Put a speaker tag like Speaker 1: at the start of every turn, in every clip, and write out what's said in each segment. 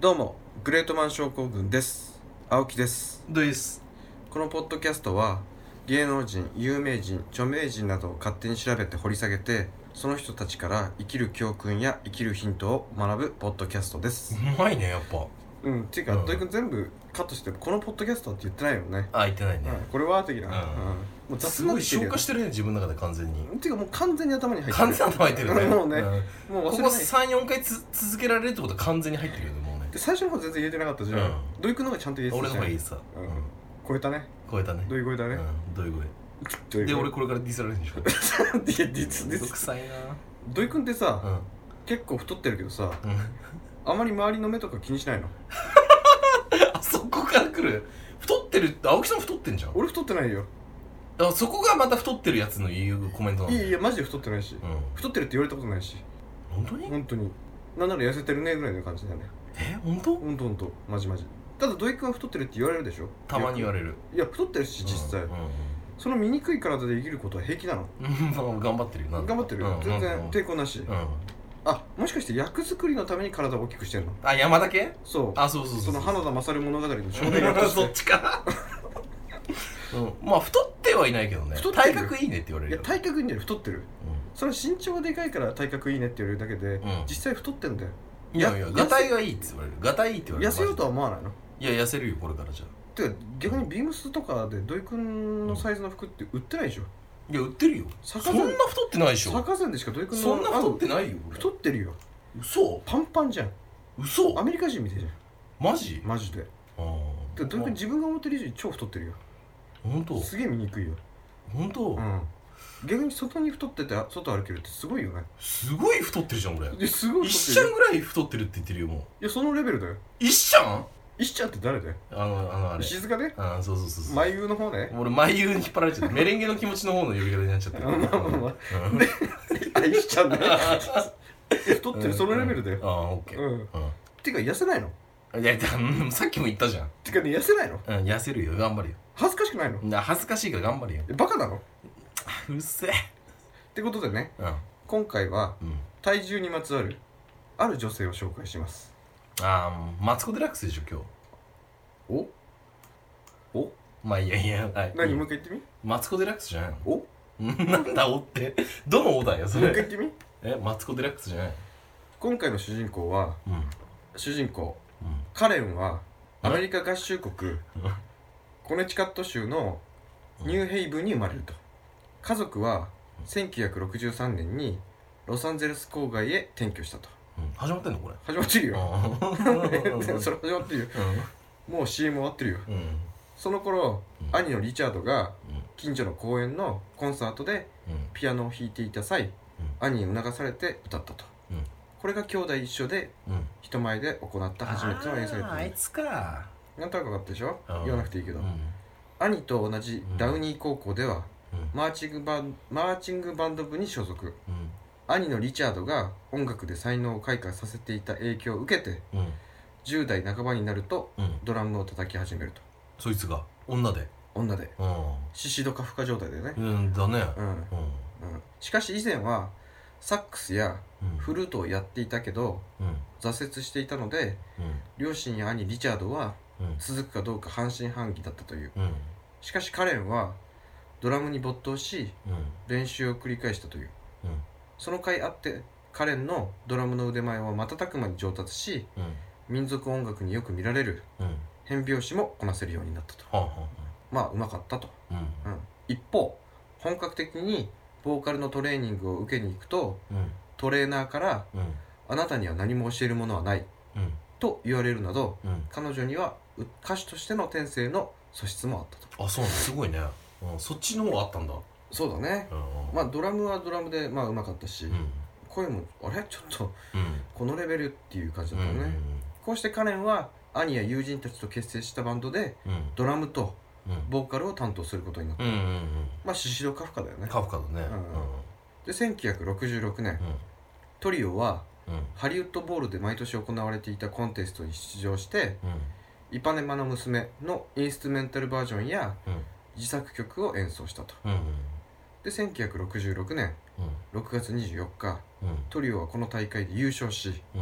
Speaker 1: どうもグレートマン症候群です。青木です。
Speaker 2: です。
Speaker 1: このポッドキャストは芸能人、有名人、著名人などを勝手に調べて掘り下げて、その人たちから生きる教訓や生きるヒントを学ぶポッドキャストです。
Speaker 2: うまいね、やっぱ。
Speaker 1: っていうか、土井くん全部カットしてこのポッドキャストって言ってないよね。
Speaker 2: あ、言ってないね。
Speaker 1: これは的な、もう雑
Speaker 2: すごい消化してるね、自分の中で完全に。
Speaker 1: っていうかもう完全に頭に入ってる。
Speaker 2: 完全に頭入ってるね。
Speaker 1: もうね、もう忘れない。
Speaker 2: ここ3、4回続けられるってことは完全に入ってるよね、もうね。
Speaker 1: で最初の方全然言えてなかったじゃん。土井くんの方がちゃんと言えてたじゃん。
Speaker 2: 俺の方がいいさ。
Speaker 1: 超えたね。
Speaker 2: 超えたね。
Speaker 1: 土井超えたね。
Speaker 2: 土井超え。で、俺これからディスられるんでしょ。
Speaker 1: いや、ディス
Speaker 2: 臭いな。
Speaker 1: 土井くんってさ、結構太ってるけどさ、あまり周りの目とか気にしないの？
Speaker 2: あそこから来る。太ってるって、青木さん太ってんじゃん。
Speaker 1: 俺太ってないよ。
Speaker 2: あそこがまた太ってるやつの言うコメントなの。
Speaker 1: いやマジで太ってないし、太ってるって言われたことないし。
Speaker 2: 本当に？
Speaker 1: 本当に。なんなら痩せてるねぐらいの感じだね。
Speaker 2: 本当？
Speaker 1: 本当マジ。ただ土井くんは太ってるって言われるでしょ。
Speaker 2: たまに言われる。い
Speaker 1: や太ってるし実際、その醜い体で生きることは平気なの？
Speaker 2: 頑張ってるよ。
Speaker 1: 頑張ってるよ、全然抵抗なし。あ、もしかして役作りのために体を大きくしてんの？
Speaker 2: あ、山だけ？
Speaker 1: そう。
Speaker 2: あ、そう
Speaker 1: その花田勝物語の少年役として
Speaker 2: そっちか。まあ太ってはいないけどね。体格いいねって言われる。
Speaker 1: いや体格いいんだよ、太ってる。それは身長がでかいから体格いいねって言われるだけで、実際太ってんだよ。
Speaker 2: いやガタイがいいって言われる。ガタイいいって言われる。
Speaker 1: 痩せようとは思わないの？
Speaker 2: いや痩せるよこれからじゃ。
Speaker 1: てか逆にビームスとかで土井くんのサイズの服って売ってないでしょ？
Speaker 2: いや売ってるよ。そんな太ってないでしょ。
Speaker 1: 坂膳でしか土井くんの
Speaker 2: そんな太ってないよ。
Speaker 1: 太ってるよ。
Speaker 2: 嘘？
Speaker 1: パンパンじゃん。
Speaker 2: 嘘？
Speaker 1: アメリカ人みたいじゃん。マジで。土井くん自分が思ってる以上に超太ってるよ。
Speaker 2: 本当？
Speaker 1: すげえ見にくいよ。
Speaker 2: 本当？
Speaker 1: 逆に外に太ってて外歩けるってすごいよね。
Speaker 2: すごい太ってるじゃん俺。
Speaker 1: すごい太ってる。
Speaker 2: 石ちゃんぐらい太ってるって言ってるよもう。
Speaker 1: いやそのレベルだよ。
Speaker 2: 石ちゃん？石
Speaker 1: ちゃんって誰だよ？
Speaker 2: あれ
Speaker 1: 石塚で？
Speaker 2: そう
Speaker 1: 眉優の方ね。
Speaker 2: 俺眉優に引っ張られちゃってメレンゲの気持ちの方の呼び方になっちゃってる。
Speaker 1: 石ちゃんね。太ってるそのレベルだよ。
Speaker 2: オッケー。
Speaker 1: てか痩せないの？
Speaker 2: いやさっきも言ったじゃん。
Speaker 1: てかね痩せないの？
Speaker 2: 痩せるよ、頑張るよ。
Speaker 1: 恥ずかしくないの？
Speaker 2: 恥ずかしいから頑張るよ。
Speaker 1: バカなの？
Speaker 2: うるせえ。
Speaker 1: ってことでね、今回は体重にまつわるある女性を紹介します。
Speaker 2: マツコ・デラックスでしょ今日。おまあいや
Speaker 1: 何もう一回言ってみ。
Speaker 2: マツコ・デラックスじゃないの？
Speaker 1: お
Speaker 2: なんだおってどのおだよそれ。
Speaker 1: もう一回言ってみ。
Speaker 2: マツコ・デラックスじゃないの？
Speaker 1: 今回の主人公カレンはアメリカ合衆国コネチカット州のニューヘイブンに生まれると。家族は1963年にロサンゼルス郊外へ転居したと。
Speaker 2: 始まってんのこれ？
Speaker 1: 始まってるよ。それ始まってるよ。もう CM 終わってるよ。その頃兄のリチャードが近所の公園のコンサートでピアノを弾いていた際、兄に促されて歌ったと。これが兄弟一緒で人前で行った初めての演奏だった。
Speaker 2: あいつか。
Speaker 1: なんとなく分かったでしょ？言わなくていいけど、兄と同じダウニー高校ではマーチングバンド部に所属。兄のリチャードが音楽で才能を開花させていた影響を受けて、10代半ばになるとドラムを叩き始めると。
Speaker 2: そいつが女で
Speaker 1: シシドカフカ状態だよね。
Speaker 2: だね。
Speaker 1: しかし以前はサックスやフルートをやっていたけど、挫折していたので、両親や兄リチャードは続くかどうか半信半疑だったという。しかしカレンはドラムに没頭し、練習を繰り返したという。その甲斐あってカレンのドラムの腕前は瞬く間に上達し、民族音楽によく見られる変拍子もこなせるようになったと。まあうまかったと。一方本格的にボーカルのトレーニングを受けに行くと、トレーナーからあなたには何も教えるものはないと言われるなど、彼女には歌手としての天性の素質もあったと。
Speaker 2: そうなんすごいね。そっちの方があったんだ。
Speaker 1: そうだね。まあドラムはドラムでまあうまかったし、声もあれちょっとこのレベルっていう感じだったね。こうしてカレンは兄や友人たちと結成したバンドでドラムとボーカルを担当することになった。まあシシドカフカだよね。
Speaker 2: カフカだね。
Speaker 1: で1966年、トリオはハリウッドボールで毎年行われていたコンテストに出場して、イパネマの娘のインストゥメンタルバージョンや自作曲を演奏したと。で1966年6月24日、トリオはこの大会で優勝し、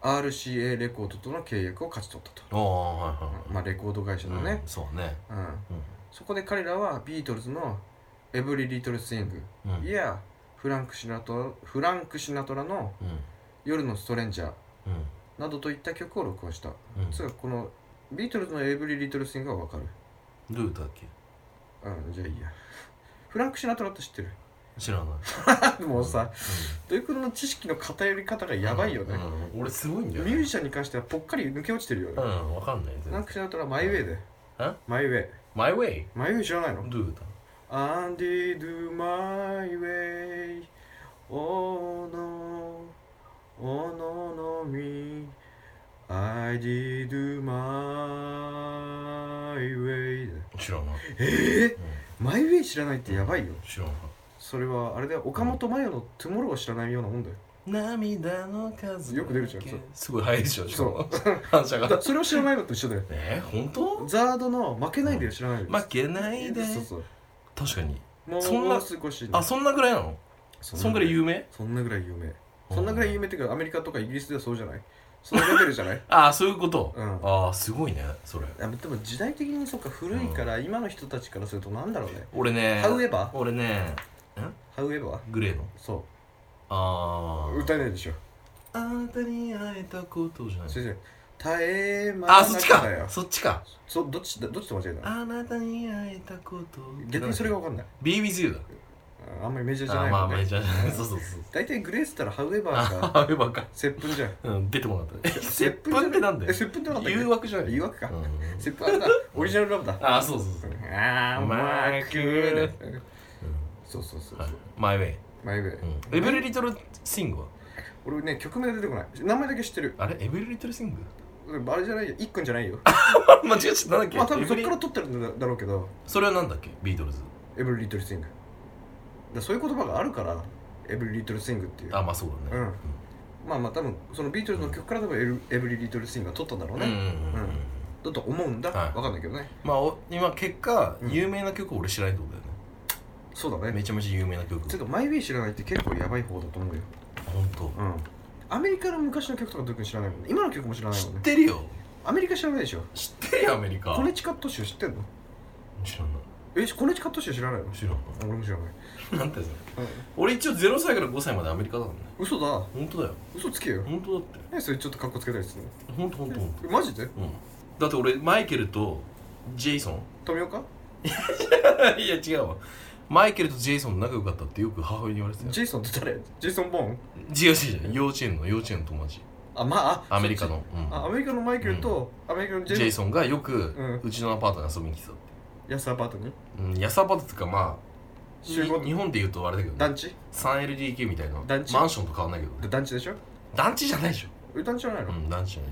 Speaker 1: RCA レコードとの契約を勝ち取ったと。
Speaker 2: はいはい、
Speaker 1: まあレコード会社だね、
Speaker 2: そうね、
Speaker 1: そこで彼らはビートルズのエブリリトルスイング、やフランク・シナトラの夜のストレンジャーなどといった曲を録音した。つまりこのビートルズのエブリリトルスイングは分かる？
Speaker 2: どういう歌だっけ？
Speaker 1: じゃあいいや。フランク・シナトラって知ってる？
Speaker 2: 知らない。
Speaker 1: もうさ、土井くんの知識の偏り方がやばいよね。
Speaker 2: 俺すごいんだよ、
Speaker 1: ミュージシャンに関してはぽっかり抜け落ちてるよね。
Speaker 2: 分かんない。
Speaker 1: フランク・シナトラマイ・ウェイで。マイ・ウェイ。
Speaker 2: マイ・ウェイ？
Speaker 1: マイ・ウェイ知らないの？
Speaker 2: どういう歌
Speaker 1: ？I did my way, oh no, oh no no me, I did my way。
Speaker 2: 知らない。
Speaker 1: マイウェイ知らないってやばいよ。
Speaker 2: 知らない。
Speaker 1: それはあれだよ、岡本真代のトゥモローを知らないようなもんだよ。
Speaker 2: 涙の数
Speaker 1: よく出るじゃん。
Speaker 2: すごい速いでしょ。
Speaker 1: そう
Speaker 2: 反射が。
Speaker 1: それを知らないのと一緒だよ。
Speaker 2: 本当？
Speaker 1: ザードの負けないで知らないです。
Speaker 2: 負けないで。
Speaker 1: そうそう。
Speaker 2: 確かに。
Speaker 1: もう少し。
Speaker 2: そんなぐらいなの？そんぐらい有名？
Speaker 1: そんなぐらい有名。そんなぐらい有名っていうか、アメリカとかイギリスではそうじゃない？そのレベルじゃない？
Speaker 2: そういうこと。すごいね、それ。
Speaker 1: でも時代的にそっか、古いから、今の人たちからするとなんだろうね。
Speaker 2: 俺ね、
Speaker 1: 俺ね、ハウエバー？
Speaker 2: グレーの？
Speaker 1: そう。歌えないでしょ。
Speaker 2: あなたに会えたことじゃない。
Speaker 1: 先生、絶え間なくだよ。
Speaker 2: そっちか。
Speaker 1: どっちと間違えた？
Speaker 2: あなたに会えたこと。
Speaker 1: 逆にそれが分かんない。
Speaker 2: Be with you だ。
Speaker 1: あんまりメジャーじゃないもんね。
Speaker 2: メジャーじゃない。そう。
Speaker 1: 大体グレースったらハウエバーか。
Speaker 2: ハウエバーか。
Speaker 1: 接吻じゃん。
Speaker 2: 出てこなかった。接吻ってなんだよ。
Speaker 1: 接吻ってなんだっけ？
Speaker 2: 誘惑じゃない。
Speaker 1: 誘惑か。接吻あれだ。オリジナルラブだ。
Speaker 2: そう。
Speaker 1: マークー。そう。
Speaker 2: マイウェイ。エブリリトルシングは？
Speaker 1: 俺ね、曲名出てこない。名前だけ知ってる。
Speaker 2: あれ？エブリリトルシング？
Speaker 1: あれじゃないよ。一君じゃないよ。
Speaker 2: 間違えちゃった。なんだっけ？
Speaker 1: 多分そっから撮ってるんだろうけど。
Speaker 2: それはなんだっけ？ビートルズ。
Speaker 1: エブリリトルシング。そういう言葉があるからエブリリトルシングっていう。
Speaker 2: そうだね。
Speaker 1: まあ多分そのビートルズの曲から多分エブリリトルシングが取ったんだろうね。だと思うんだ。わかんないけどね。
Speaker 2: 今結果有名な曲俺知らないってことだよね。
Speaker 1: そうだね。
Speaker 2: めちゃめちゃ有名な曲。
Speaker 1: ちょっとマイウェイ知らないって結構やばい方だと思うよ。
Speaker 2: 本当。
Speaker 1: アメリカの昔の曲とか特に知らないもんね。今の曲も知らないもんね。
Speaker 2: 知ってるよ。
Speaker 1: アメリカ知らないでしょ。
Speaker 2: 知ってるよアメリカ。
Speaker 1: コネチカット州知ってんの？
Speaker 2: 知らない。
Speaker 1: コネチカット州知らないの？
Speaker 2: 知らない。
Speaker 1: 俺も知らない。
Speaker 2: なんてやつ？俺一応0歳から5歳までアメリカだからね。
Speaker 1: 嘘だ。
Speaker 2: 本当だよ。
Speaker 1: 嘘つけよ。
Speaker 2: 本当だって。
Speaker 1: それちょっとカッコつけたりする
Speaker 2: の？本当。
Speaker 1: マジで？
Speaker 2: だって俺マイケルとジェイソン。
Speaker 1: 富岡？
Speaker 2: いや違うわ。マイケルとジェイソン仲良かったってよく母親に言われてたよ。
Speaker 1: ジェイソンって誰？ジェイソン・ボーン？
Speaker 2: 違う幼稚園の友達。
Speaker 1: ア
Speaker 2: メリカの。
Speaker 1: アメリカのマイケルとアメリカの
Speaker 2: ジェイソンがよくうちのアパートに遊びに来てたって。
Speaker 1: 安アパートに？
Speaker 2: 安アパートっていうか日本で言うとあれだけどね。
Speaker 1: 団地？
Speaker 2: 3LDK みたいな
Speaker 1: 団地？
Speaker 2: マンションと変わんないけどね。
Speaker 1: 団地でしょ？
Speaker 2: 団地じゃないでしょ。
Speaker 1: 団地じゃないの？
Speaker 2: 団地じゃない。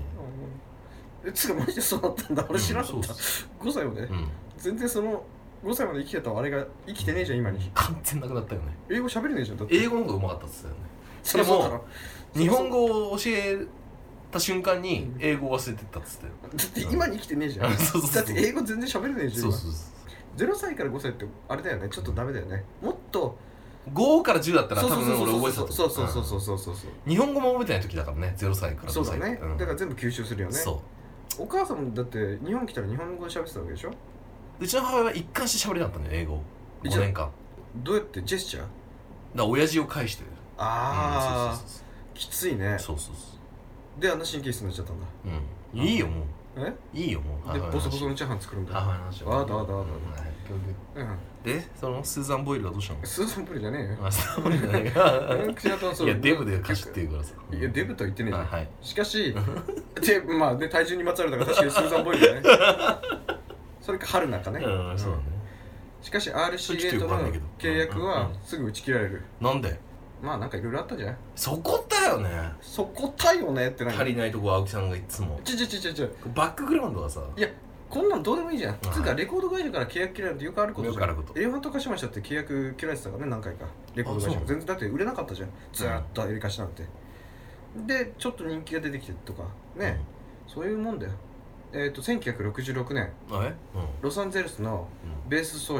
Speaker 1: つかマジでそうだったんだ。俺知らなかった。5歳まで？全然その5歳まで生きてたあれが生きてねえじゃん今に。
Speaker 2: 完全なくなったよね。
Speaker 1: 英語喋れねえじゃん。だって
Speaker 2: 英語の方が上手かったっつったよね。でも日本語を教えた瞬間に英語を忘れてったっつったよ。
Speaker 1: だって今に生きてねえじゃん。だって英語全然喋れねえじゃん。0歳から5歳ってあれだよね。ちょっとダメだよね。もっと
Speaker 2: 5から10だったら多分俺覚えてた。
Speaker 1: そう
Speaker 2: 日本語も覚えてない時だからね。0歳から5歳。
Speaker 1: そうだね。だから全部吸収するよね。お母さんもだって日本来たら日本語で喋ってたわけでしょ。
Speaker 2: うちの母親は一貫して喋れなかったね、英語。5年間。
Speaker 1: どうやってジェスチャー？
Speaker 2: 親父を介してる。
Speaker 1: きついね。
Speaker 2: そう
Speaker 1: であんな神経質になっちゃったんだ。
Speaker 2: いいよもう。いいよも
Speaker 1: う。でボソボソのチャーハン作るんだ。
Speaker 2: でそのスーザン・ボイルはどうしたの？
Speaker 1: スーザン・ボイルじゃねえよ。
Speaker 2: スーザン・ボイルじゃないか。いやデブで歌手って言うからさ。
Speaker 1: いやデブとは言ってねえじゃん。しかしで体重にまつわるだから確かにスーザン・ボイルだね。それか春菜かね。
Speaker 2: そうだね。
Speaker 1: しかし RCA との契約はすぐ打ち切られる。
Speaker 2: なんで？
Speaker 1: なんかいろいろあったじゃん。
Speaker 2: そこだよね。
Speaker 1: そこだよねって何？
Speaker 2: 足りないとこ青木さんがいつも。バックグラウンドはさ。いや
Speaker 1: こんなんどうでもいいじゃん。つうかレコード会社から契約切られるってよくあることじゃん。
Speaker 2: よくあること。
Speaker 1: エレファントカシマシだって契約切られてたからね、何回か。レコード会社が全然だって売れなかったじゃん。ずーっとエレカシなんて。でちょっと人気が出てきてとかね、そういうもんだよ。1966年ロサンゼルスのベース奏者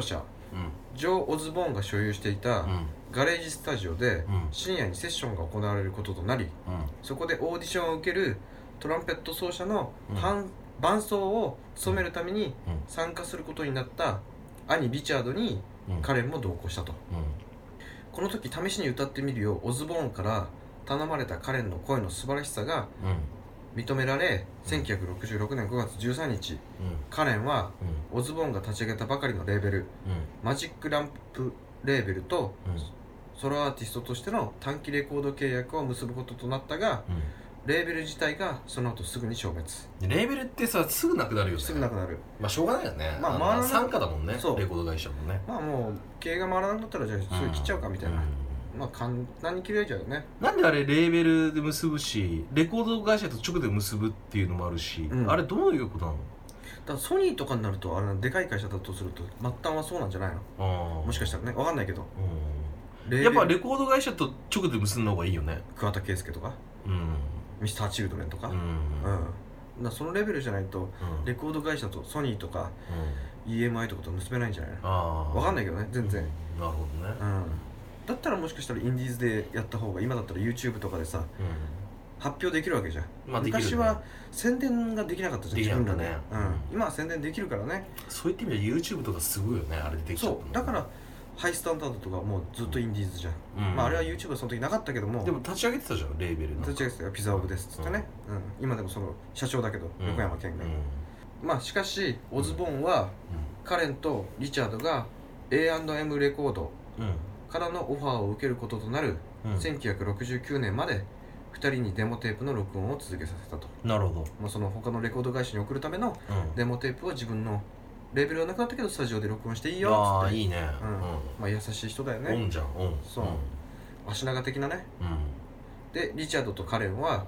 Speaker 1: ジョー・オズボーンが所有していたガレージスタジオで深夜にセッションが行われることとなり、そこでオーディションを受けるトランペット奏者の伴奏を務めるために参加することになった兄リチャードにカレンも同行したと。この時試しに歌ってみるようオズボーンから頼まれたカレンの声の素晴らしさが認められ、1966年5月13日、カレンはオズボーンが立ち上げたばかりのレーベル、マジックランプレーベルとソロアーティストとしての短期レコード契約を結ぶこととなったが、レーベル自体がその後すぐに消滅。
Speaker 2: レーベルってさ、すぐなくなるよね。
Speaker 1: すぐなくなる。
Speaker 2: まあしょうがないよね。まあ傘下だもんね、レコード会社もね。
Speaker 1: まあもう経営が回らなくなったらじゃあすぐ切っちゃうかみたいな、まあ簡単に切れちゃうよね。
Speaker 2: なんであれレーベルで結ぶし、レコード会社と直で結ぶっていうのもあるし、あれどういうことなの？
Speaker 1: だからソニーとかになると、あれでかい会社だとすると末端はそうなんじゃないの？もしかしたらね、分かんないけど、
Speaker 2: やっぱレコード会社と直で結んだ方がいいよね。
Speaker 1: 桑田佳祐とか、ミスターチルドレンとか、だそのレベルじゃないと、レコード会社とソニーとか、EMI とかと結べないんじゃないの？分かんないけどね、全然。
Speaker 2: なるほどね。
Speaker 1: だったらもしかしたらインディーズでやった方が、今だったら YouTube とかでさ、発表できるわけじゃん。昔は宣伝ができなかったじゃん、自分らね。今は宣伝できるからね。
Speaker 2: そういった意味で YouTube とかすごいよね、あれでできちゃう。
Speaker 1: そうだからハイスタンダードとかもうずっとインディーズじゃん。まああれは YouTube はその時なかったけども、
Speaker 2: でも立ち上げてたじゃん、レーベル。
Speaker 1: 立ち上げてたよ、ピザオブですっつってね。今でもその社長だけど、横山健が。まあしかしオズボーンはカレンとリチャードが A&M レコードからのオファーを受けることとなる1969年まで2人にデモテープの録音を続けさせたと。
Speaker 2: なるほど。
Speaker 1: まあその他のレコード会社に送るためのデモテープを自分のレーベルはなくなったけどスタジオで録音していいよっつって。
Speaker 2: ああいいね。
Speaker 1: まあ優しい人だよね。
Speaker 2: オンじゃん、オン。
Speaker 1: そう、足長的なね。でリチャードとカレンは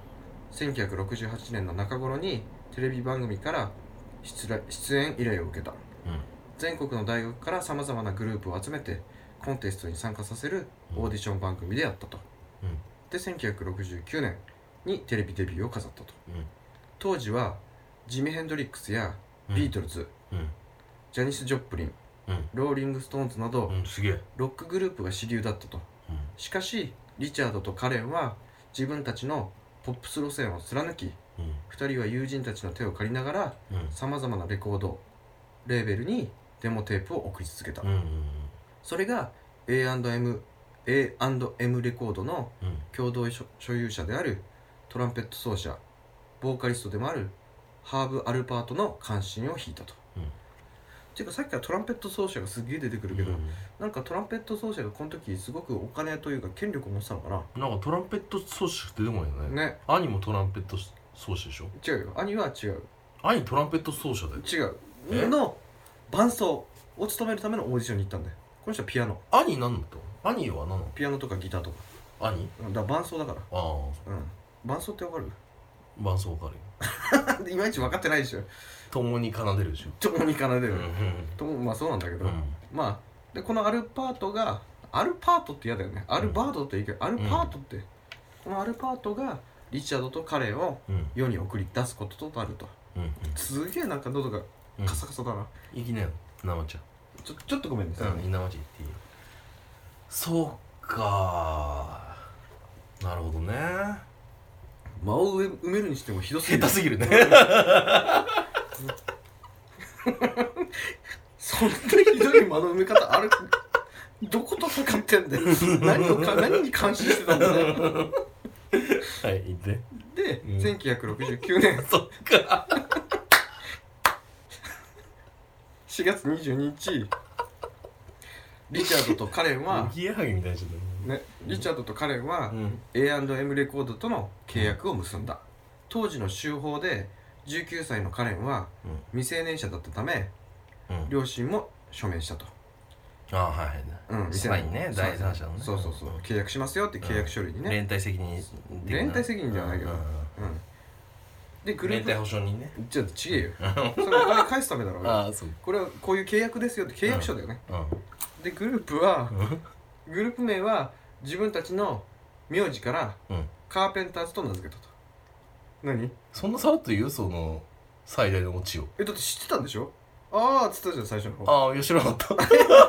Speaker 1: 1968年の中頃にテレビ番組から出演依頼を受けた。全国の大学からさまざまなグループを集めてコンテストに参加させるオーディション番組であったと。で1969年にテレビデビューを飾ったと。当時はジミ・ヘンドリックスやビートルズ、ジャニス・ジョプリン、ローリング・ストーンズなどロックグループが主流だったと。しかしリチャードとカレンは自分たちのポップス路線を貫き、2人は友人たちの手を借りながらさまざまなレコードレーベルにデモテープを送り続けた。それが A&M レコードの共同所有者であるトランペット奏者ボーカリストでもあるハーブ・アルパートの関心を引いたと。っていうかさっきからトランペット奏者がすげえ出てくるけど、なんかトランペット奏者がこの時すごくお金というか権力を持ってたのかな。
Speaker 2: なんかトランペット奏者って出てこないよね。兄もトランペット奏者でしょ。
Speaker 1: 違うよ、兄は違う。
Speaker 2: 兄トランペット奏者だよ。
Speaker 1: 違うの伴奏を務めるためのオーディションに行ったんだよ。この人はピアノ。
Speaker 2: 兄なんだと。兄は何なの？
Speaker 1: ピアノとかギターとか。
Speaker 2: 兄？
Speaker 1: だから伴奏だから。
Speaker 2: ああ。
Speaker 1: 伴奏ってわかる？
Speaker 2: 伴奏わかるよ。
Speaker 1: いまいち分かってないでしょ。
Speaker 2: 共に奏でるでしょ。
Speaker 1: 共に奏でる。まあそうなんだけど、まあでこのアルパートが、アルパートって嫌だよね。アルバートっていいけど、アルパートって、このアルパートがリチャードとカレンを世に送り出すこととなると。すげえなんか喉がカサカサだな。
Speaker 2: いきなよ、生茶。
Speaker 1: ちょっとごめんね。
Speaker 2: 生茶言っていい？そうかー。なるほどね。
Speaker 1: 間を埋めるにしてもひどすぎる。
Speaker 2: 下手すぎるね。
Speaker 1: そんなひどい間の埋め方ある？どこと戦ってんだよ。何に感心してたんだよ。
Speaker 2: はい、言って。
Speaker 1: で、1969年
Speaker 2: そっか
Speaker 1: 4月22日リチャードとカレンは
Speaker 2: ギアハギみたいにしちゃ
Speaker 1: ったね。リチャードとカレンは、A&M レコードとの契約を結んだ。当時の州法で19歳のカレンは未成年者だったため、両親も署名したと。
Speaker 2: ああ、はいはい。サインね、第三者のね。
Speaker 1: そう契約しますよって契約書類にね。
Speaker 2: 連帯責任。
Speaker 1: 連帯責任ではないけど。で
Speaker 2: 連帯保証人ね。
Speaker 1: じゃあ違えよ。それお金返すためだろう。
Speaker 2: ああ、そう。
Speaker 1: これはこういう契約ですよって契約書だよね。でグループ名は自分たちの名字からカーペンターズと名付けたと。何？
Speaker 2: そんなさらっと言う？その最大のオチを。
Speaker 1: だって知ってたんでしょ？ああっつったじゃん最初の方。
Speaker 2: ああ、いや知らなかった。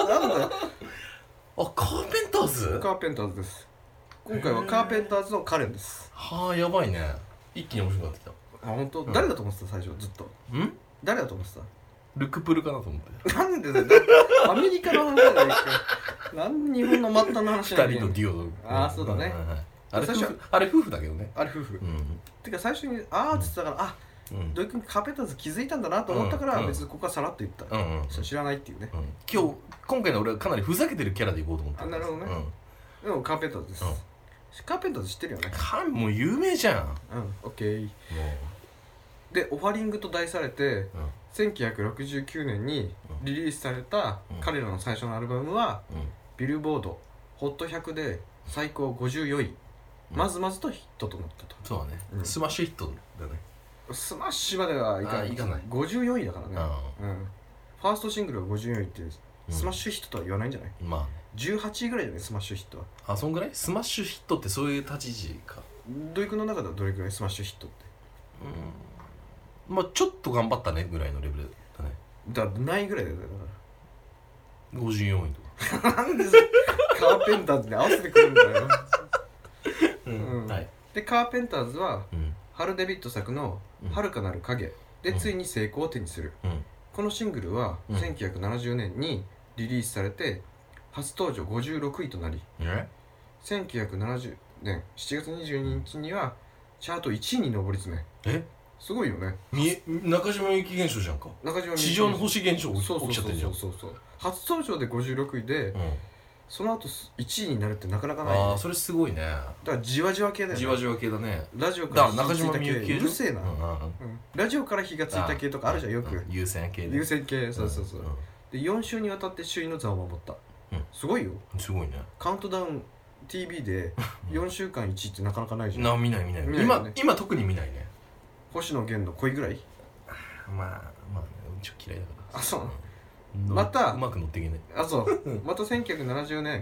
Speaker 1: なんだよ。
Speaker 2: あ、カーペンターズ？
Speaker 1: カーペンターズです。今回はカーペンターズのカレンです。
Speaker 2: はあ、やばいね。一気に面白くなってきた。
Speaker 1: あ、本当、誰だと思ってた最初ずっと。誰だと思ってた？
Speaker 2: ルクプルかなと思って。
Speaker 1: なんでだよ。アメリカの話じゃないか。なんで日本の末端の話
Speaker 2: 2人のデュオの。
Speaker 1: ああ、そうだね。
Speaker 2: あれ夫婦だけどね。
Speaker 1: あれ夫婦。てか最初にあーって言ってたから、土井くんカーペンターズ気づいたんだなと思ったから別にここはさらっと言った。知らないっていうね。
Speaker 2: 今回の俺はかなりふざけてるキャラでいこうと思って。
Speaker 1: あ、なるほどね。でもカーペンターズです。カーペンターズ知ってるよね。
Speaker 2: もう有名じゃん。
Speaker 1: オッケー。で、オファリングと題されて1969年にリリースされた彼らの最初のアルバムはビルボード HOT100 で最高54位、まずまずとヒットとなったと。
Speaker 2: そうだね、スマッシュヒットだね。
Speaker 1: スマッシュまではいかない54位だからね。ファーストシングルは54位っていうスマッシュヒットとは言わないんじゃない？まあ18位ぐらいじゃないスマッシュヒットは。
Speaker 2: あ、そんぐらい？スマッシュヒットってそういう立ち位置か。
Speaker 1: 土井くんの中ではどれくらいスマッシュヒットって？
Speaker 2: まあちょっと頑張ったねぐらいのレベルだね。
Speaker 1: だから何位ぐらいだよ。だ
Speaker 2: から54位と
Speaker 1: かなんでカーペンターズに合わせてくるんだよ。でカーペンターズはハル・デビッド作の遥かなる影でついに成功を手にする。このシングルは1970年にリリースされて初登場56位となり、1970年7月22日にはチャート1位に上り詰め。すごいよね。
Speaker 2: 中島みゆき現象じゃんか。地上の星現象起きちゃってるじゃん。
Speaker 1: 初登場で56位で、その後1位になるってなかなかない、ね。
Speaker 2: ああ、それすごいね。
Speaker 1: だからじわじわ系だよね。
Speaker 2: じわじわ系だね。
Speaker 1: ラジオから
Speaker 2: 火がついた系。
Speaker 1: うるせえな。ラジオから火がついた系とかあるじゃん、よく。
Speaker 2: 優先系ね。
Speaker 1: 優先系、そう。で4週にわたって首位の座を守った。すごいよ。
Speaker 2: すごいね。
Speaker 1: カウントダウン TV で4週間1位ってなかなかないじゃん。
Speaker 2: 見ない。今特に見ないね。
Speaker 1: 星野源の恋ぐらい？
Speaker 2: まあちょっと嫌いだから。
Speaker 1: あ、そう。また
Speaker 2: うまく乗っていけない。
Speaker 1: あ、そう。また1970年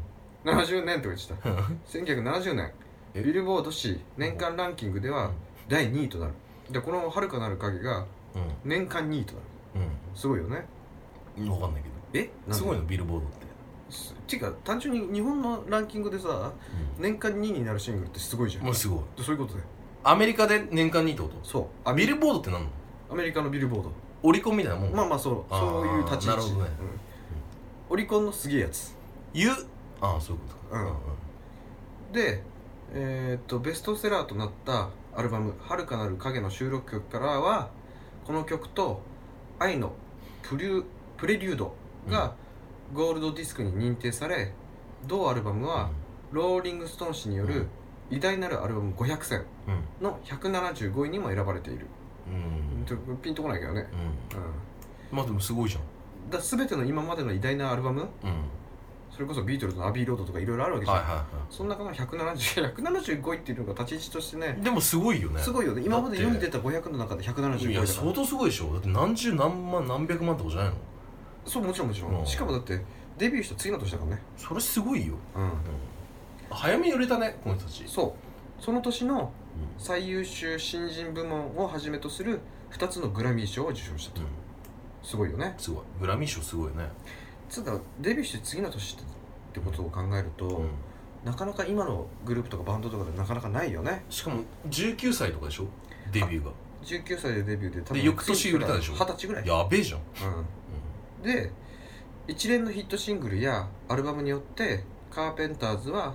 Speaker 1: 70年って言っちゃった1970年ビルボード誌年間ランキングでは第2位となる。でこの遥かなる影が年間2位となる。すごいよね。
Speaker 2: 分かんないけど。すごいのビルボードって。
Speaker 1: ていうか単純に日本のランキングでさ、年間2位になるシングルってすごいじゃん。
Speaker 2: もうすごい。
Speaker 1: そういうことで
Speaker 2: アメリカで年間2位ってこと？
Speaker 1: そう。
Speaker 2: ビルボードって何の？
Speaker 1: アメリカのビルボード。
Speaker 2: オリコンみたいなもん？
Speaker 1: まあそういう立ち位置。なるほどね。オリコンのすげえやつ。
Speaker 2: ああ、そういうことか。
Speaker 1: でベストセラーとなったアルバム「遥かなる影」の収録曲からはこの曲と「愛のプレリュード」がゴールドディスクに認定され、同アルバムはローリングストーン誌による偉大なるアルバム500選の175位にも選ばれている。ピンとこないけどね。
Speaker 2: まあでもすごいじゃん。
Speaker 1: 全ての今までの偉大なアルバム、それこそビートルズのアビーロードとかいろいろあるわけじゃん。その中の175位っていうのが立ち位置としてね。
Speaker 2: でもすごいよね。
Speaker 1: すごいよね。今まで世に出た500の中で175位だから。いや
Speaker 2: 相当すごいでしょ。だって何十何万何百万ってことじゃないの？
Speaker 1: そう、もちろん。しかもだってデビューした次の年だからね。
Speaker 2: それすごいよ。早めに売れたね、この人たち。
Speaker 1: その年の最優秀新人部門をはじめとする2つのグラミー賞を受賞したと。すごいよね。
Speaker 2: すごい。グラミー賞すごいよね。
Speaker 1: つうかデビューして次の年ってことを考えると、なかなか今のグループとかバンドとかでなかなかないよね。
Speaker 2: しかも19歳とかでしょ、デビューが。
Speaker 1: 19歳でデビューで多
Speaker 2: 分翌年売れたでしょ。
Speaker 1: 20歳ぐらい。
Speaker 2: やべえじゃん。
Speaker 1: で一連のヒットシングルやアルバムによってカーペンターズは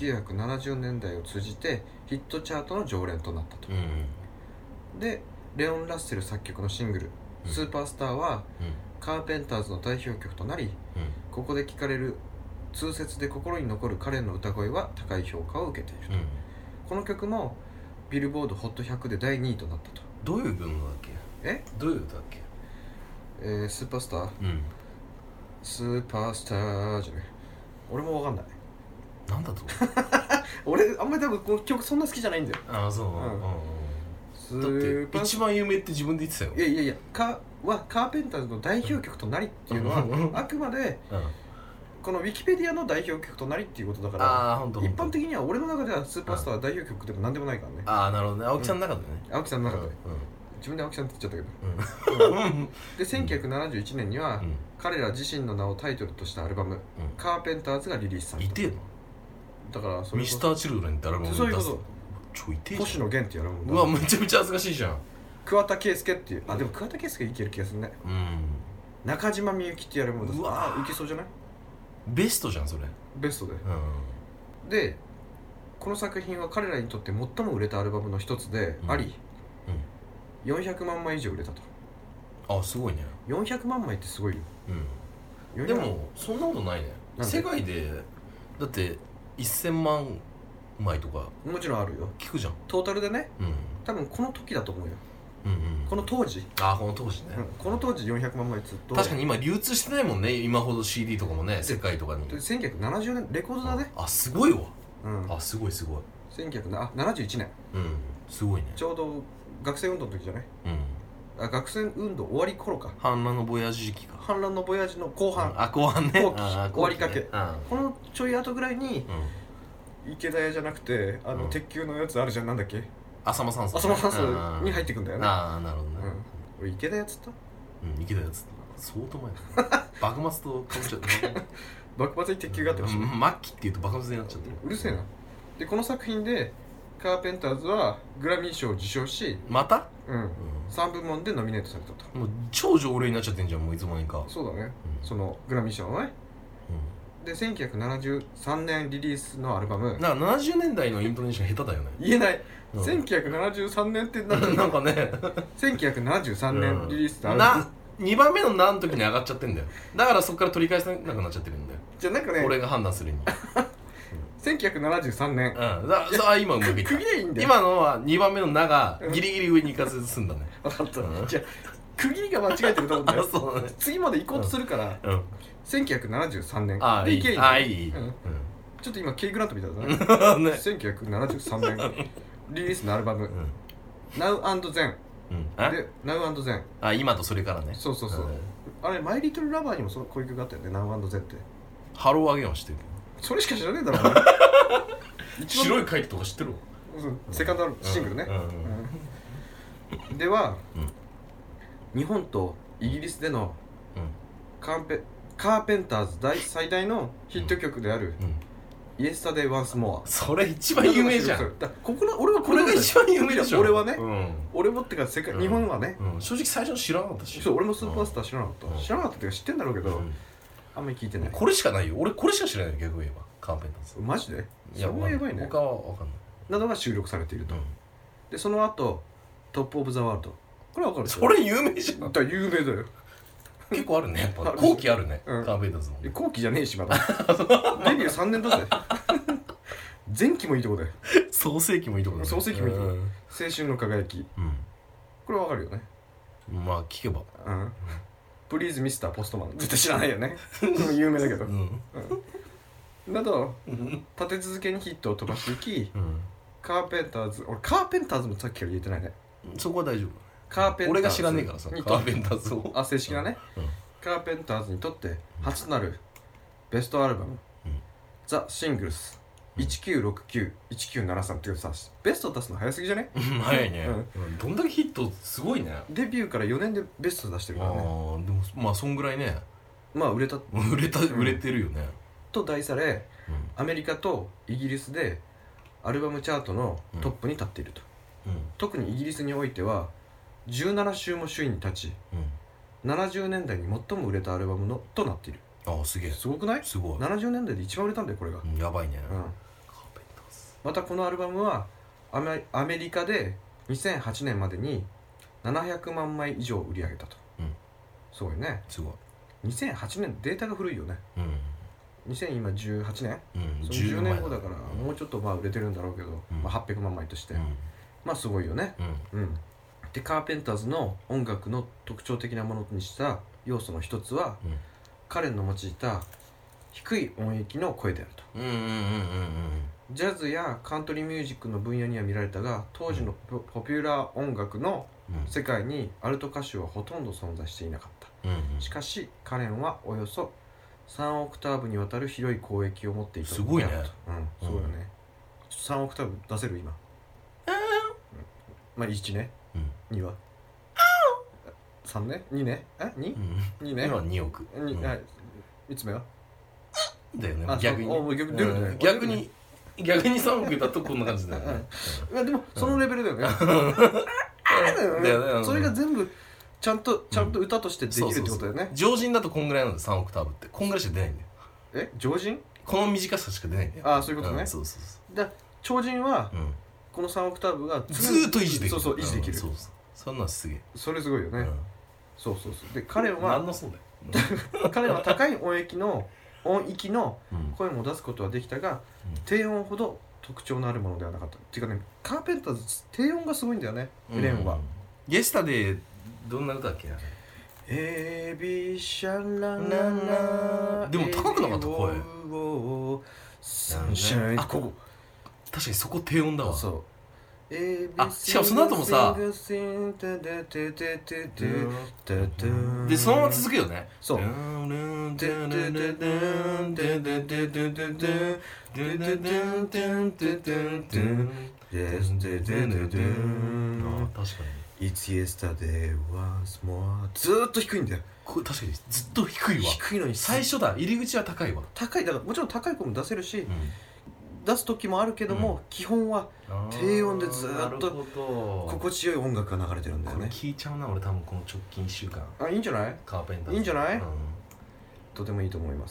Speaker 1: 1970年代を通じてヒットチャートの常連となったと。でレオン・ラッセル作曲のシングル「スーパースター」はカーペンターズの代表曲となり、ここで聴かれる痛切で心に残る彼の歌声は高い評価を受けていると。この曲もビルボード HOT100 で第2位となったと。
Speaker 2: どういう歌だっけ？どういう歌だっけ？
Speaker 1: スーパースター、スーパースターじゃね。俺もわかんない。
Speaker 2: なんだと
Speaker 1: 俺あんまり多分この曲そんな好きじゃないんだよ。
Speaker 2: ああ、そう。だって一番有名って自分で言ってたよ。
Speaker 1: いやカーペンターズの代表曲となりっていうのはあくまでこのウィキペディアの代表曲となりっていうことだから、一般的には俺の中ではスーパースターは代表曲でも何でもないからね。
Speaker 2: ああ、なるほどね。青木さんの中でね。
Speaker 1: 青木さんの中で自分で青木さんって言っちゃったけど、で1971年には、彼ら自身の名をタイトルとしたアルバム、カーペンターズがリリースされた。
Speaker 2: いてえの
Speaker 1: だからそれ
Speaker 2: ミスターチルドレンってアルバム出す。
Speaker 1: そういうこと。
Speaker 2: 超いてえじゃん。
Speaker 1: 星野源っていうアルバム。
Speaker 2: うわめちゃめちゃ恥ずかしいじゃん。
Speaker 1: 桑田佳祐っていう、あでも桑田佳祐いける気がするね。中島みゆきっていうアルバムです。うわいけそうじゃない？
Speaker 2: ベストじゃんそれ。
Speaker 1: ベストで、でこの作品は彼らにとって最も売れたアルバムの一つであり、400万枚以上売れたと。
Speaker 2: あすごいね。
Speaker 1: 400万枚ってすごいよ。
Speaker 2: でもそんなことないね。世界でだって1000万枚とか
Speaker 1: もちろんあるよ。
Speaker 2: 聞くじゃん
Speaker 1: トータルでね。多分この時だと思うよ。この当時。
Speaker 2: この当時ね。
Speaker 1: この当時400万枚ずっと。
Speaker 2: 確かに今流通してないもんね。今ほど CD とかもね世界とかに。
Speaker 1: 1970年レコードだね。
Speaker 2: すごいわ。すごいすごい。
Speaker 1: 1971年。
Speaker 2: すごいね。
Speaker 1: ちょうど学生運動の時じゃない？学生運動終わり頃か。
Speaker 2: 反乱のボヤージ時期か。
Speaker 1: 反乱のボヤージの後半。
Speaker 2: 後半ね。
Speaker 1: 終わりかけ。このちょい後ぐらいに池田屋じゃなくて鉄球のやつあるじゃん、なんだっけ？浅間山荘に入ってくんだよね。
Speaker 2: なるほどね。
Speaker 1: 俺池田屋っつった？
Speaker 2: 池田屋っつった。相当前だ。幕末とかぶっちゃった。
Speaker 1: 幕末に鉄球があってほしい。
Speaker 2: 末期っていうと幕末になっちゃってる。
Speaker 1: うるせえな。でこの作品でカーペンターズはグラミー賞を受賞し、
Speaker 2: また
Speaker 1: 3部門でノミネートされたと。
Speaker 2: もう超常連になっちゃってんじゃん、もういつの間にか。
Speaker 1: そうだね、そのグラミー賞のね。で1973年リリースのアルバム。
Speaker 2: なんか70年代のイントネーション下手だよね。
Speaker 1: 言えない。1973年って
Speaker 2: なんかね
Speaker 1: 1973年リリースのアルバム
Speaker 2: 2番目の何の時に上がっちゃってんだよ。だからそっから取り返せなくなっちゃってるんだよ。
Speaker 1: じゃあなんかね、
Speaker 2: 俺が判断するに
Speaker 1: 1973年。
Speaker 2: 今うまくいった。
Speaker 1: 区切りいいんだよ。
Speaker 2: 今のは2番目の「な」がギリギリ上に行かず済んだね。
Speaker 1: 分かった。じゃあ区切りが間違えてると思うんだよ。
Speaker 2: そうね。
Speaker 1: 次まで行こうとするから1973年
Speaker 2: でいけいい。
Speaker 1: ちょっと今 K グラントみたいだね。1973年リリースのアルバム Now and Then で Now and Then。
Speaker 2: 今とそれからね。
Speaker 1: そうあれマイリトルラバーにもこういう曲があったよね。 Now and Then って。
Speaker 2: ハローアゲンは知ってるけど
Speaker 1: それしか知らねえだろ。
Speaker 2: 白いカイトとか知ってる？
Speaker 1: セカンドシングルね。では日本とイギリスでのカーペンターズ最大のヒット曲であるイエスタデイ・ワンス・モア。
Speaker 2: それ一番有名じゃん。
Speaker 1: 俺は
Speaker 2: これが一番有名でしょ。
Speaker 1: 俺はね、俺もってか日本はね、
Speaker 2: 正直最初知らなかったし。
Speaker 1: そう、俺もスーパースター知らなかった。知らなかったっていうか知ってんだろうけど、あんまり聞いてない。
Speaker 2: これしかないよ。俺これしか知らないよ、逆を言えば。カーペンターズ。
Speaker 1: マジで？
Speaker 2: いや、
Speaker 1: そうやばいね。
Speaker 2: 他は分かんない。
Speaker 1: などが収録されていると。でその後トップオブザワールド。これは分かる。
Speaker 2: それ有名じゃん。
Speaker 1: 有名だよ。
Speaker 2: 結構あるね、やっぱ後期あるね、カーペンターズも。
Speaker 1: 後期じゃねえしまだ。デビュー3年だぜ。前期もいいとこだよ。
Speaker 2: 創世期もいいとこだよ。
Speaker 1: 創世期もいいとこ。青春の輝き。これは分かるよね。
Speaker 2: まあ聞けば。
Speaker 1: プリーズミスターポストマン。絶対知らないよね。有名だけど。など立て続けにヒットを飛ばしていき、カーペンターズ。俺カーペンターズもさっきから言えてないね。
Speaker 2: そこは大丈夫。
Speaker 1: 俺
Speaker 2: が知らねえからさ、カーペンターズを。
Speaker 1: 正式なね。カーペンターズにとって初となるベストアルバム、ザ・シングルス1969、1973っていうさ、ベスト出すの早すぎじゃね？
Speaker 2: 早いね。どんだけヒットすごいね。
Speaker 1: デビューから4年でベスト出してるからね。
Speaker 2: でもまあそんぐらいね。
Speaker 1: まあ売れて
Speaker 2: るよね。
Speaker 1: と題され、アメリカとイギリスでアルバムチャートのトップに立っていると。特にイギリスにおいては17週も首位に立ち、70年代に最も売れたアルバムとなっている。
Speaker 2: すげえ。
Speaker 1: すごくない？
Speaker 2: すごい。
Speaker 1: 70年代で一番売れたんだよこれが。
Speaker 2: やばいね。
Speaker 1: またこのアルバムはアメリカで2008年までに700万枚以上売り上げたと。すごいね。
Speaker 2: すごい。
Speaker 1: 2008年データが古いよね。2018年、その10年後だからもうちょっとまあ売れてるんだろうけど、800万枚としてまあすごいよね。でカーペンターズの音楽の特徴的なものにした要素の一つは、彼の用いた低い音域の声であると。ジャズやカントリーミュージックの分野には見られたが、当時のポピュラー音楽の世界にアルト歌手はほとんど存在していなかった。しかしカレンはおよそ3オクターブにわたる広い広域を持っていた。
Speaker 2: すごいね。
Speaker 1: すごいよね。3オクターブ出せる今。まあ1ね、2は 3ね2ね2、
Speaker 2: うん、
Speaker 1: 2ね
Speaker 2: 今2億、
Speaker 1: はい3つ目は
Speaker 2: だよね。
Speaker 1: 逆に
Speaker 2: 逆に3億だとこんな感じだよね。
Speaker 1: いやでもそのレベルだよね。だよね。それが全部ちゃんと歌としてできるってことだよね。
Speaker 2: 常人だとこんぐらいなんだよ、3オクターブって。こんぐらいしか出ないんだよ。
Speaker 1: 常人？
Speaker 2: この短さしか出ないんだよ。
Speaker 1: ああそういうことね。
Speaker 2: そう
Speaker 1: で超人はこの3オクターブが
Speaker 2: ずーっと維持できる。
Speaker 1: そう維持できる。
Speaker 2: そんなんすげえ。
Speaker 1: それすごいよね。そうで彼は
Speaker 2: 何のそうだよ。
Speaker 1: 彼は高い音域の声も出すことはできたが、低音ほど特徴のあるものではなかった。っていうかね、カーペンターズ低音がすごいんだよね、エレンは。
Speaker 2: ゲスタでどんな歌だっけ？
Speaker 1: エビシャラララ。
Speaker 2: でも高くなかった声。
Speaker 1: サンシャイン。
Speaker 2: あ、ここ確かにそこ低音だわ。
Speaker 1: そう
Speaker 2: あ、しかもその後もさでそのまま続くよね。
Speaker 1: そう
Speaker 2: 確か
Speaker 1: に It's yesterday once more ずーっと低いんだよ。
Speaker 2: これ確かにずっと低いわ。
Speaker 1: 低いのに
Speaker 2: 最初だ、入り口は高いわ。
Speaker 1: 高いだからもちろん高い声も出せるし、出す時もあるけども、基本は低音でずーっと心地よい音楽が流れてるんだよね。
Speaker 2: これ聞いちゃうな俺、多分この直近1週間。
Speaker 1: あ、いいんじゃない？
Speaker 2: カーペンターズ
Speaker 1: いいんじゃない？とてもいいと思います。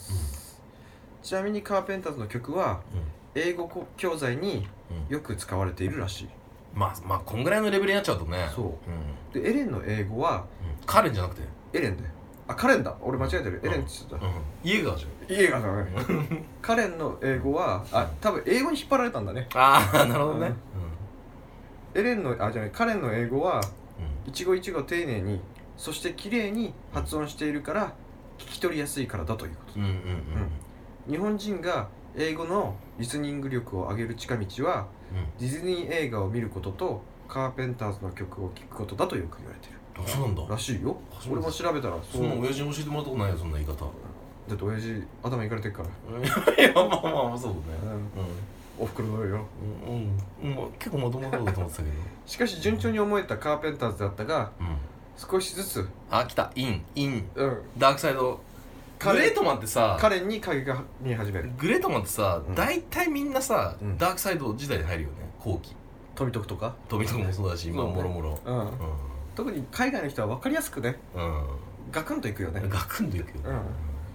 Speaker 1: ちなみにカーペンターズの曲は英語教材によく使われているらしい。
Speaker 2: まあこんぐらいのレベルになっちゃうとね。
Speaker 1: そうでエレンの英語は
Speaker 2: カレンじゃなくて
Speaker 1: エレンだよ。あ、カレンだ、俺間違えてる。エレンって言ってた。
Speaker 2: イエガーじゃん。
Speaker 1: イエガーだね。カレンの英語は多分英語に引っ張られたんだね。
Speaker 2: ああ、なるほどね。
Speaker 1: エレンのじゃない、カレンの英語は一語一語丁寧に、そして綺麗に発音しているから聞き取りやすいからだということ。日本人が英語のリスニング力を上げる近道は、ディズニー映画を見ることとカーペンターズの曲を聴くことだとよく言われてる。
Speaker 2: あ、そうなんだ。
Speaker 1: らしいよ。俺も調べたら
Speaker 2: そんな親父に教えてもらったことないよ、そんな言い方。
Speaker 1: だって親父頭いかれてるから。
Speaker 2: いや、まあそうだね。
Speaker 1: おふくろだよ。
Speaker 2: 結構まともだと思ってたけど。
Speaker 1: しかし順調に思えたカーペンターズだったが、少しずつ
Speaker 2: 来たインダークサイド。グレートマンってさ、
Speaker 1: カレンに影が見始める。
Speaker 2: グレートマンってさ、大体みんなさ、ダークサイド時代に入るよね、後期。
Speaker 1: 富徳とか
Speaker 2: 富徳もそうだし、もろもろ。
Speaker 1: 特に海外の人は分かりやすくね、ガクンといくよね。
Speaker 2: ガクンといくよね。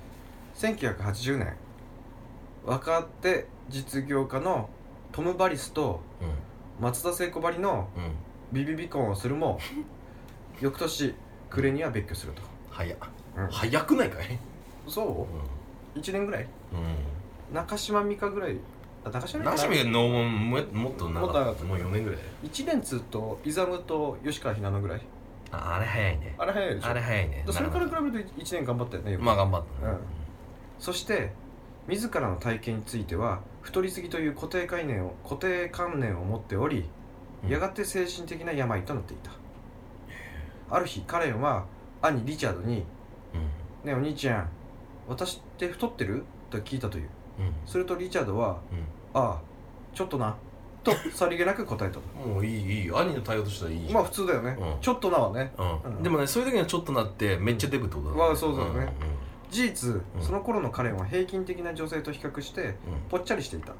Speaker 1: 1980年、若手実業家のトム・バリスと松田聖子ばりのビビビコンをするも、翌年暮れには別居すると。
Speaker 2: 早くないかい？
Speaker 1: そう、1年ぐらい、中島美嘉ぐらい。中島
Speaker 2: 美嘉のもっと長かった。もう4年ぐらい。
Speaker 1: 1年つとイザムと吉川ひなのぐらい。
Speaker 2: あれ早いね。
Speaker 1: あれ早いでしょ。
Speaker 2: あれ早いね。
Speaker 1: それから比べると1年頑張ったよね。
Speaker 2: まあ頑張った。
Speaker 1: そして自らの体験については太りすぎという固定観念を持っており、やがて精神的な病となっていた。ある日カレンは兄リチャードに「ねえお兄ちゃん、私って太ってる？」と聞いたという。するとリチャードは「ああちょっとな」とさりげなく答えたと。
Speaker 2: もういい兄の対応としてはいい。
Speaker 1: まあ普通だよね、ちょっとなはね。
Speaker 2: でもね、そういう時にはちょっとなってめっちゃデブってことだね。
Speaker 1: そうだよね。事実、その頃のカレンは平均的な女性と比較してぽっちゃりしていた。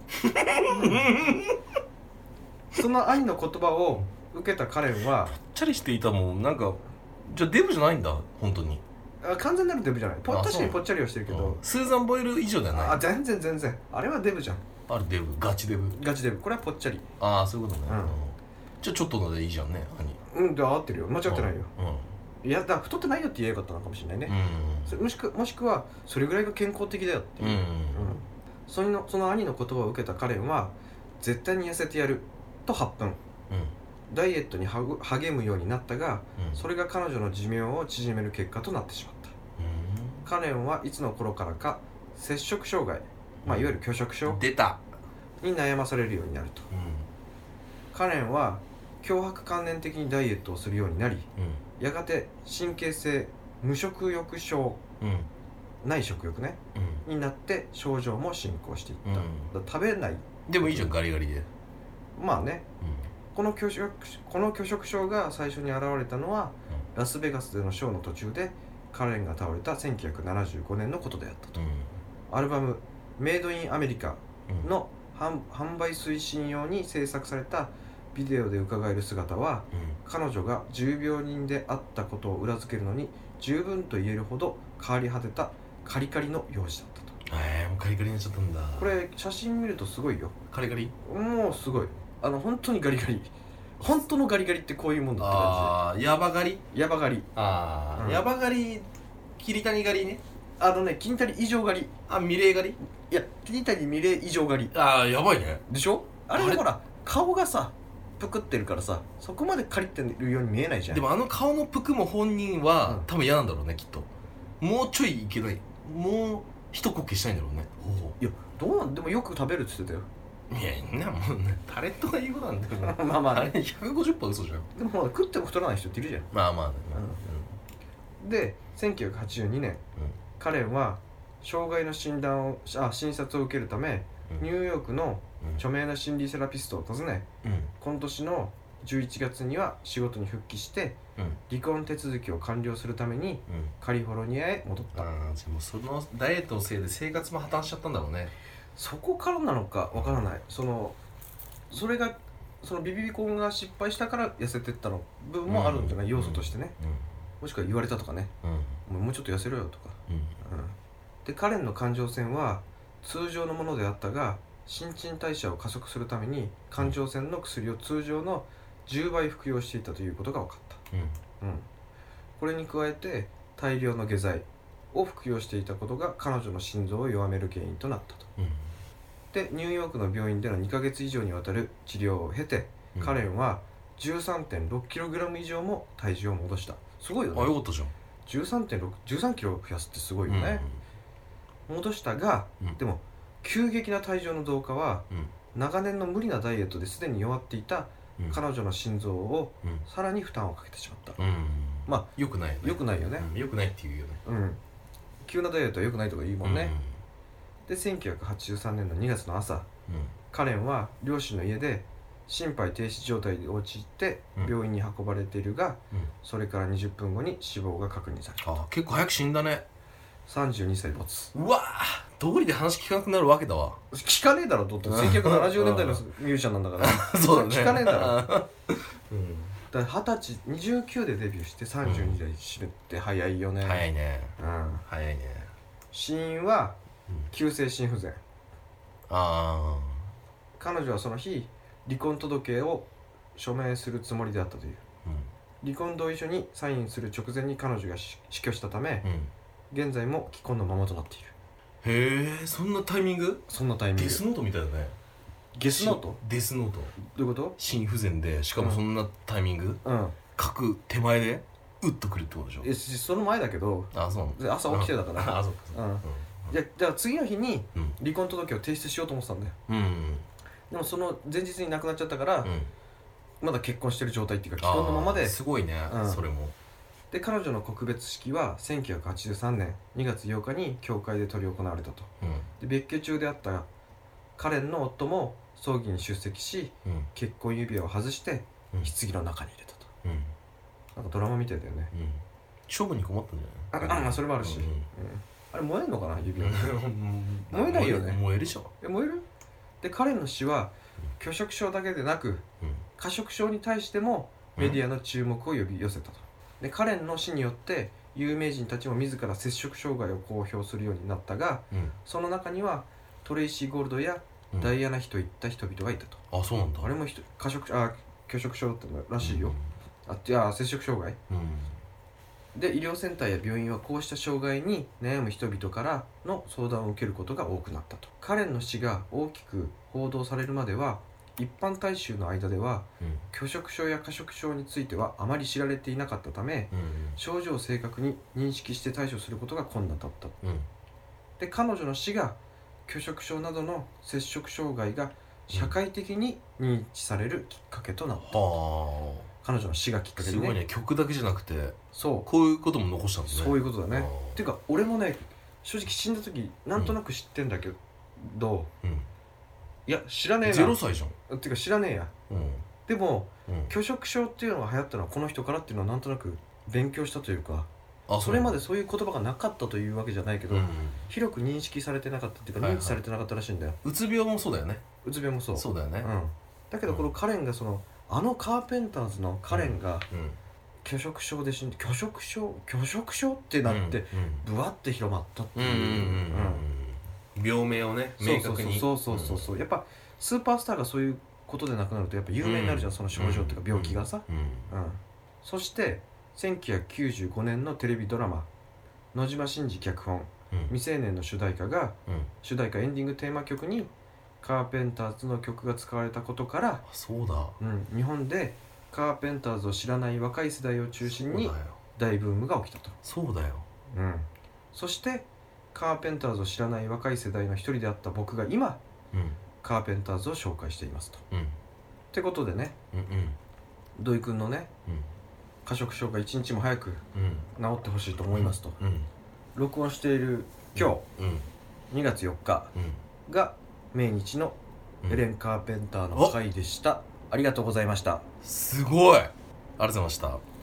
Speaker 1: その兄の言葉を受けたカレンは
Speaker 2: ぽっちゃりしていたもん。なんかじゃあデブじゃないんだ本当に。
Speaker 1: 完全なるデブじゃない。確かにぽっちゃりはしてるけど、
Speaker 2: スーザン・ボイル以上じゃない。
Speaker 1: 全然あれはデブじゃん。
Speaker 2: あれデブ、ガチデブ。
Speaker 1: これはぽっちゃり。
Speaker 2: そういうことね。じゃあちょっとのでいいじゃんね、
Speaker 1: 兄。で合ってるよ、間違ってないよ。いや、だから太ってないよって言えばよかったのかもしれないね。もしくはそれぐらいが健康的だよっていう。その兄の言葉を受けたカレンは絶対に痩せてやると発奮。ダイエットに励むようになったが、それが彼女の寿命を縮める結果となってしまった。カレンはいつの頃からか摂食障害、いわゆる拒食症に悩まされるようになると。カレンは強迫観念的にダイエットをするようになり、やがて神経性無食欲症、ない食欲ね、になって症状も進行していった。食べない。
Speaker 2: でもいいじゃん、ガリガリで。
Speaker 1: まあね、この拒食症が最初に現れたのは、 ラスベガスでのショーの途中でカレンが倒れた1975年のことであったと、アルバムメイドインアメリカの販売推進用に制作されたビデオで伺える姿は、彼女が重病人であったことを裏付けるのに十分と言えるほど変わり果てたカリカリの容姿だったと。
Speaker 2: もうカリカリになっちゃったんだ。
Speaker 1: これ写真見るとすごいよ。
Speaker 2: カリカリ、
Speaker 1: もうすごい、本当にガリガリ、本当のガリガリってこういうもんだって感
Speaker 2: じで。ヤバガリ、
Speaker 1: ヤバガリ、
Speaker 2: ヤバガリ、桐谷狩りね。
Speaker 1: 桐谷以上狩り、
Speaker 2: ミレー狩り、
Speaker 1: いや桐谷ミレー以上狩り、
Speaker 2: やばいね。
Speaker 1: でしょ。あれほら顔がさぷくってるからさ、そこまでカリってるように見えないじゃん。
Speaker 2: でも顔のぷくも本人は、多分嫌なんだろうね、きっと。もうちょいいけない、もう一呼吸したいんだろうね。
Speaker 1: いやどうなんでもよく食べるって言ってたよ。
Speaker 2: いやもうね、タレントが言うことなんだけど
Speaker 1: まあまあ、
Speaker 2: ね、150% 嘘じゃん。
Speaker 1: でもほら食っても太らない人っているじゃん。
Speaker 2: まあね、
Speaker 1: で1982年、カレンは障害の診察を受けるため、ニューヨークの著名な心理セラピストを訪ね、今年の11月には仕事に復帰して、離婚手続きを完了するためにカリフォルニアへ戻った。
Speaker 2: じゃあもうそのダイエットのせいで生活も破綻しちゃったんだろうね。
Speaker 1: そこからなのかわからない。それがビビコンが失敗したから痩せてったの部分もあるんじゃない、要素としてね、もしくは言われたとかね、もうちょっと痩せろよとか、でカレンの感情線は通常のものであったが、新陳代謝を加速するために感情線の薬を通常の10倍服用していたということが分かった、これに加えて大量の下剤を服用していたことが彼女の心臓を弱める原因となったと、でニューヨークの病院での2ヶ月以上にわたる治療を経て、カレンは 13.6kg 以上も体重を戻した。すごいよね。
Speaker 2: よかったじゃん。
Speaker 1: 13キロ増やすってすごいよね、戻したが、でも急激な体重の増加は、長年の無理なダイエットですでに弱っていた彼女の心臓をさらに負担をかけてしまった、まあ
Speaker 2: 良くないよね。
Speaker 1: 良くないよね、
Speaker 2: 良くないって言うよね。
Speaker 1: 急なダイエットは良くないとか言うもんね、で1983年の2月の朝、カレンは両親の家で心肺停止状態に陥って病院に運ばれているが、それから20分後に死亡が確認された。
Speaker 2: 結構早く死んだね。
Speaker 1: 32歳没。
Speaker 2: うわー、道理で話聞かなくなるわけだわ。
Speaker 1: 聞かねえだろ、だって1970年代のミュージシャンなんだから
Speaker 2: そうだね、
Speaker 1: 聞かねえだろだから20歳29でデビューして32歳死ぬって早いよね。
Speaker 2: 早いね、早いね。
Speaker 1: 死因は急性心不全。彼女はその日離婚届を署名するつもりであったという、離婚同意書にサインする直前に彼女が死去したため、現在も既婚のままとなっている。
Speaker 2: へえ、そんなタイミング？
Speaker 1: そんなタイミング。
Speaker 2: デスノートみたいだね。
Speaker 1: デスノート？
Speaker 2: デスノート。
Speaker 1: どういうこと？
Speaker 2: 心不全で、しかもそんなタイミング、書く手前でうっとくるってことでしょ。
Speaker 1: その前だけど、
Speaker 2: そうなの。
Speaker 1: 朝起きてたから。
Speaker 2: そうか。
Speaker 1: じゃあ次の日に離婚届を提出しようと思ってたんだよ。でもその前日に亡くなっちゃったから、まだ結婚してる状態っていうか既婚のままで。
Speaker 2: すごいね、それも。
Speaker 1: で彼女の告別式は1983年2月8日に教会で執り行われたと、で別居中であったカレンの夫も葬儀に出席し、結婚指輪を外して棺の中に入れたと、なんかドラマみたいだよね。
Speaker 2: 処分に困ったんじゃない？
Speaker 1: それもあるし、あれ燃えんのかな、指輪燃えないよね。
Speaker 2: 燃えるでしょ。
Speaker 1: 燃える？でカレンの死は拒食症だけでなく、過食症に対してもメディアの注目を呼び寄せたと。でカレンの死によって有名人たちも自ら摂食障害を公表するようになったが、その中にはトレイシー・ゴールドやダイアナ妃といった人々がいたと。
Speaker 2: そうなんだ。
Speaker 1: あれも拒食症だったらしいよ、摂食障害、で医療センターや病院はこうした障害に悩む人々からの相談を受けることが多くなったと。カレンの死が大きく報道されるまでは一般大衆の間では、拒食症や過食症についてはあまり知られていなかったため、症状を正確に認識して対処することが困難だった、で彼女の死が拒食症などの摂食障害が社会的に認知されるきっかけとなった、彼女の死がきっかけでね。
Speaker 2: すごいね、曲だけじゃなくて
Speaker 1: こ
Speaker 2: ういうことも残したんですね。
Speaker 1: そういうことだね。っていうか俺もね、正直死んだ時なんとなく知ってんだけど、いや知らねえな。
Speaker 2: 0歳じゃん。
Speaker 1: っていうか知らねえや、でも、拒食症っていうのが流行ったのはこの人からっていうのはなんとなく勉強したというか、それまでそういう言葉がなかったというわけじゃないけど、広く認識されてなかったっていうか、認知されてなかったらしいんだよ。
Speaker 2: うつ病もそうだよね。
Speaker 1: うつ病もそう。
Speaker 2: そうだよね。
Speaker 1: だけどこのカレンがカーペンターズのカレンが拒食症で死んで、拒食症ってなってブワって広まったっていう
Speaker 2: 病名をね明確に。
Speaker 1: そうやっぱスーパースターがそういうことで亡くなるとやっぱ有名になるじゃん、その症状っていうか病気がさ。そして1995年のテレビドラマ野島伸司脚本未成年の主題歌が主題歌エンディングテーマ曲にカーペンターズの曲が使われたことから、
Speaker 2: そうだ、
Speaker 1: 日本でカーペンターズを知らない若い世代を中心に大ブームが起きたと。
Speaker 2: そうだよ。
Speaker 1: そしてカーペンターズを知らない若い世代の一人であった僕が今、カーペンターズを紹介していますと。ってことでね、土井くんのね、過食症が一日も早く治ってほしいと思いますと、録音している今日、2月4日が命日のエレン・カーペンターの回でした。ありがとうございました。
Speaker 2: すごい、ありがとうございました。